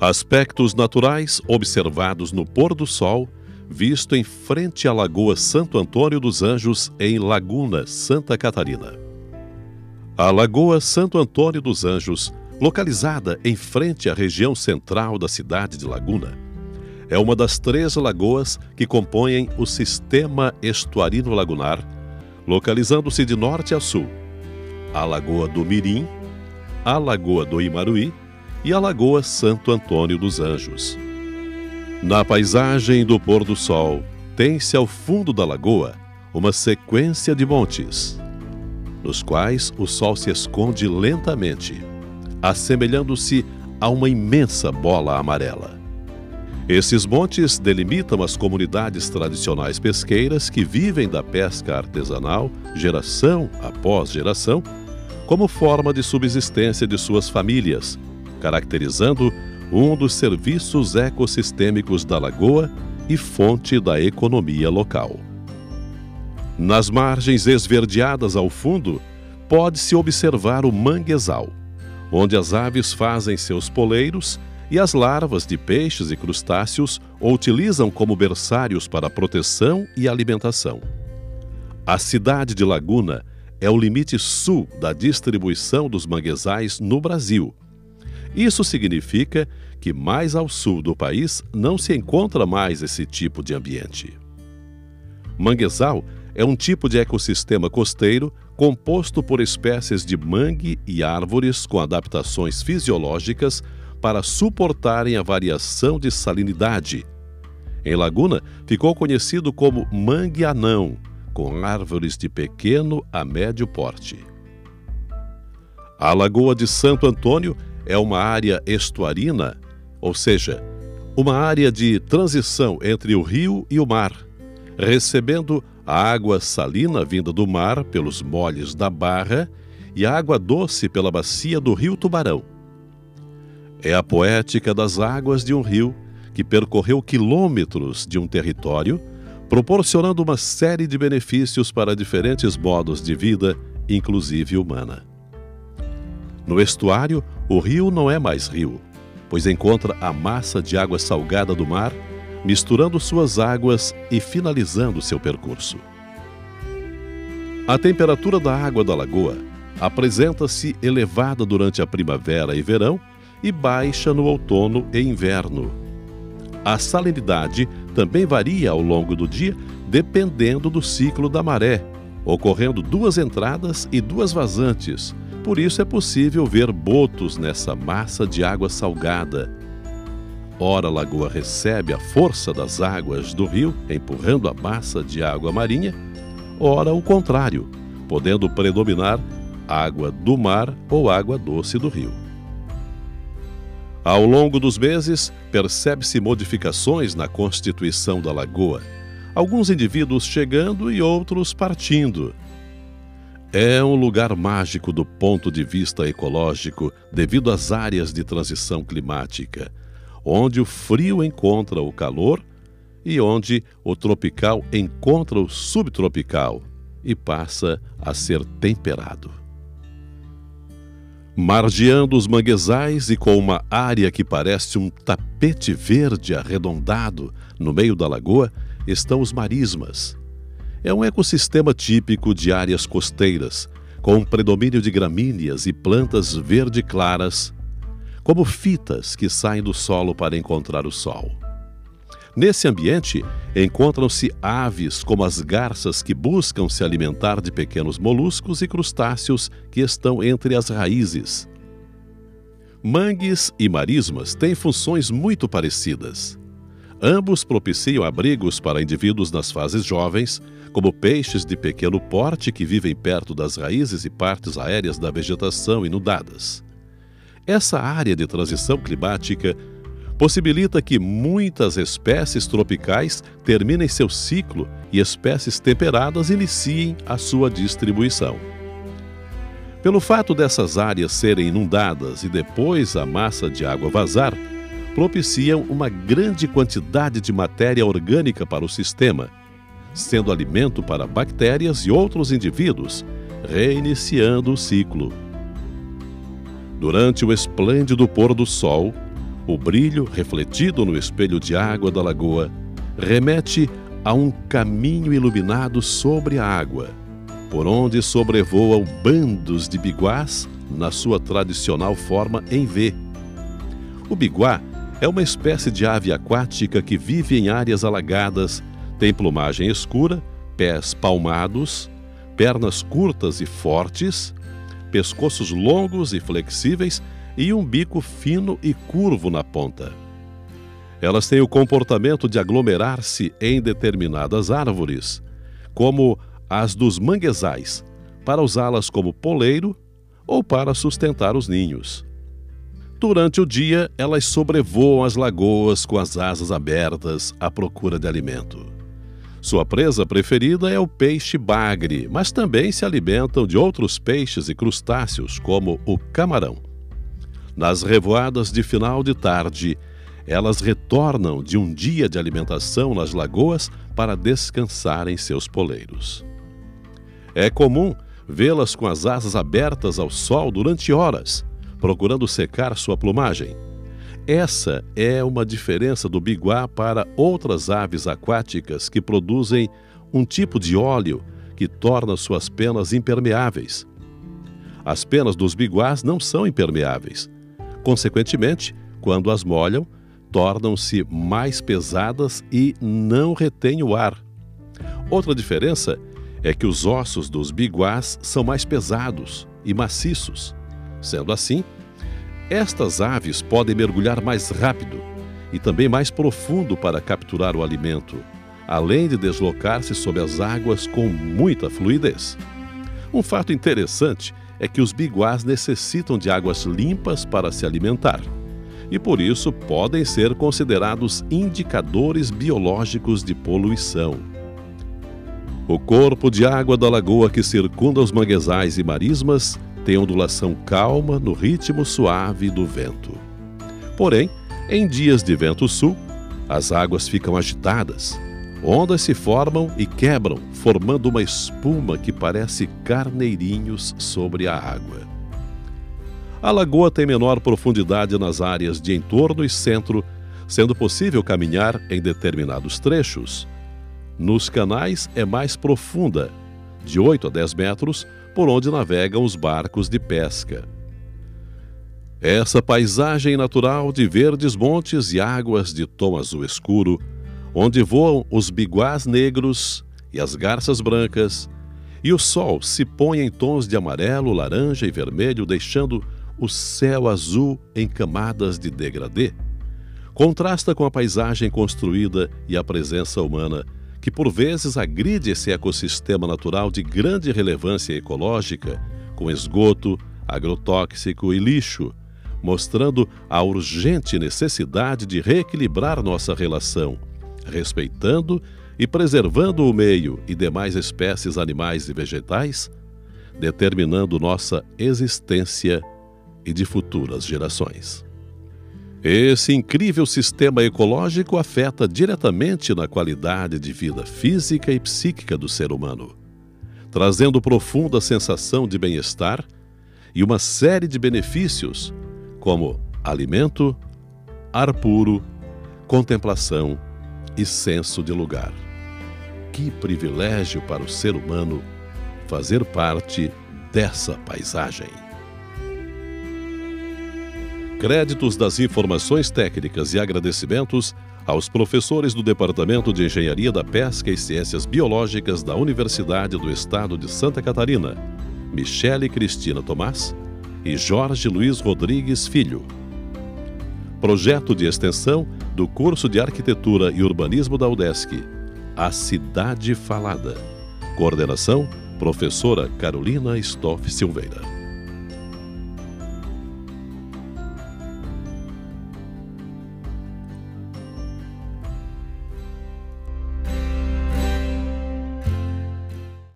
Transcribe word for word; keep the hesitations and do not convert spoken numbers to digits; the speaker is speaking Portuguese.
Aspectos naturais observados no pôr do sol, visto em frente à Lagoa Santo Antônio dos Anjos, em Laguna, Santa Catarina. A Lagoa Santo Antônio dos Anjos, localizada em frente à região central da cidade de Laguna, é uma das três lagoas que compõem o sistema estuarino lagunar, localizando-se de norte a sul: a Lagoa do Mirim, a Lagoa do Imaruí e a Lagoa Santo Antônio dos Anjos. Na paisagem do pôr do sol, tem-se ao fundo da lagoa uma sequência de montes, nos quais o sol se esconde lentamente, assemelhando-se a uma imensa bola amarela. Esses montes delimitam as comunidades tradicionais pesqueiras que vivem da pesca artesanal, geração após geração, como forma de subsistência de suas famílias, caracterizando um dos serviços ecossistêmicos da lagoa e fonte da economia local. Nas margens esverdeadas ao fundo, pode-se observar o manguezal, onde as aves fazem seus poleiros e as larvas de peixes e crustáceos o utilizam como berçários para proteção e alimentação. A cidade de Laguna é o limite sul da distribuição dos manguezais no Brasil. Isso significa que mais ao sul do país não se encontra mais esse tipo de ambiente. Manguezal é um tipo de ecossistema costeiro composto por espécies de mangue e árvores com adaptações fisiológicas para suportarem a variação de salinidade. Em Laguna, ficou conhecido como mangue anão, com árvores de pequeno a médio porte. A Lagoa de Santo Antônio é uma área estuarina, ou seja, uma área de transição entre o rio e o mar, recebendo a água salina vinda do mar pelos moles da Barra e a água doce pela bacia do rio Tubarão. É a poética das águas de um rio que percorreu quilômetros de um território, proporcionando uma série de benefícios para diferentes modos de vida, inclusive humana. No estuário, o rio não é mais rio, pois encontra a massa de água salgada do mar, misturando suas águas e finalizando seu percurso. A temperatura da água da lagoa apresenta-se elevada durante a primavera e verão e baixa no outono e inverno. A salinidade também varia ao longo do dia, dependendo do ciclo da maré, ocorrendo duas entradas e duas vazantes. Por isso é possível ver botos nessa massa de água salgada. Ora, a lagoa recebe a força das águas do rio, empurrando a massa de água marinha, ora o contrário, podendo predominar água do mar ou água doce do rio. Ao longo dos meses, percebe-se modificações na constituição da lagoa, alguns indivíduos chegando e outros partindo. É um lugar mágico do ponto de vista ecológico devido às áreas de transição climática, onde o frio encontra o calor e onde o tropical encontra o subtropical e passa a ser temperado. Margeando os manguezais e com uma área que parece um tapete verde arredondado no meio da lagoa, estão os marismas. É um ecossistema típico de áreas costeiras, com um predomínio de gramíneas e plantas verde claras, como fitas que saem do solo para encontrar o sol. Nesse ambiente, encontram-se aves como as garças que buscam se alimentar de pequenos moluscos e crustáceos que estão entre as raízes. Mangues e marismas têm funções muito parecidas. Ambos propiciam abrigos para indivíduos nas fases jovens, como peixes de pequeno porte que vivem perto das raízes e partes aéreas da vegetação inundadas. Essa área de transição climática possibilita que muitas espécies tropicais terminem seu ciclo e espécies temperadas iniciem a sua distribuição. Pelo fato dessas áreas serem inundadas e depois a massa de água vazar, propiciam uma grande quantidade de matéria orgânica para o sistema, sendo alimento para bactérias e outros indivíduos, reiniciando o ciclo. Durante o esplêndido pôr do sol, O brilho, refletido no espelho de água da lagoa, remete a um caminho iluminado sobre a água, por onde sobrevoam bandos de biguás na sua tradicional forma em V. O biguá é uma espécie de ave aquática que vive em áreas alagadas, tem plumagem escura, pés palmados, pernas curtas e fortes, pescoços longos e flexíveis e um bico fino e curvo na ponta. Elas têm o comportamento de aglomerar-se em determinadas árvores, como as dos manguezais, para usá-las como poleiro ou para sustentar os ninhos. Durante o dia, elas sobrevoam as lagoas com as asas abertas à procura de alimento. Sua presa preferida é o peixe bagre, mas também se alimentam de outros peixes e crustáceos, como o camarão. Nas revoadas de final de tarde, elas retornam de um dia de alimentação nas lagoas para descansar em seus poleiros. É comum vê-las com as asas abertas ao sol durante horas, procurando secar sua plumagem. Essa é uma diferença do biguá para outras aves aquáticas que produzem um tipo de óleo que torna suas penas impermeáveis. As penas dos biguás não são impermeáveis. Consequentemente, quando as molham, tornam-se mais pesadas e não retêm o ar. Outra diferença é que os ossos dos biguás são mais pesados e maciços. Sendo assim, estas aves podem mergulhar mais rápido e também mais profundo para capturar o alimento, além de deslocar-se sob as águas com muita fluidez. Um fato interessante é que os biguás necessitam de águas limpas para se alimentar e, por isso, podem ser considerados indicadores biológicos de poluição. O corpo de água da lagoa que circunda os manguezais e marismas tem ondulação calma no ritmo suave do vento. Porém, em dias de vento sul, as águas ficam agitadas, ondas se formam e quebram, formando uma espuma que parece carneirinhos sobre a água. A lagoa tem menor profundidade nas áreas de entorno e centro, sendo possível caminhar em determinados trechos. Nos canais é mais profunda, de oito a dez metros, por onde navegam os barcos de pesca. Essa paisagem natural de verdes montes e águas de tom azul escuro, onde voam os biguás negros e as garças brancas, e o sol se põe em tons de amarelo, laranja e vermelho, deixando o céu azul em camadas de degradê, contrasta com a paisagem construída e a presença humana, que por vezes agride esse ecossistema natural de grande relevância ecológica, com esgoto, agrotóxico e lixo, mostrando a urgente necessidade de reequilibrar nossa relação, respeitando e preservando o meio e demais espécies animais e vegetais, determinando nossa existência e de futuras gerações. Esse incrível sistema ecológico afeta diretamente na qualidade de vida física e psíquica do ser humano, trazendo profunda sensação de bem-estar e uma série de benefícios, como alimento, ar puro, contemplação e senso de lugar. Que privilégio para o ser humano fazer parte dessa paisagem! Créditos das informações técnicas e agradecimentos aos professores do Departamento de Engenharia da Pesca e Ciências Biológicas da Universidade do Estado de Santa Catarina, Michele Cristina Tomás e Jorge Luiz Rodrigues Filho. Projeto de extensão do curso de Arquitetura e Urbanismo da UDESC, A Cidade Falada. Coordenação, professora Carolina Stoff Silveira.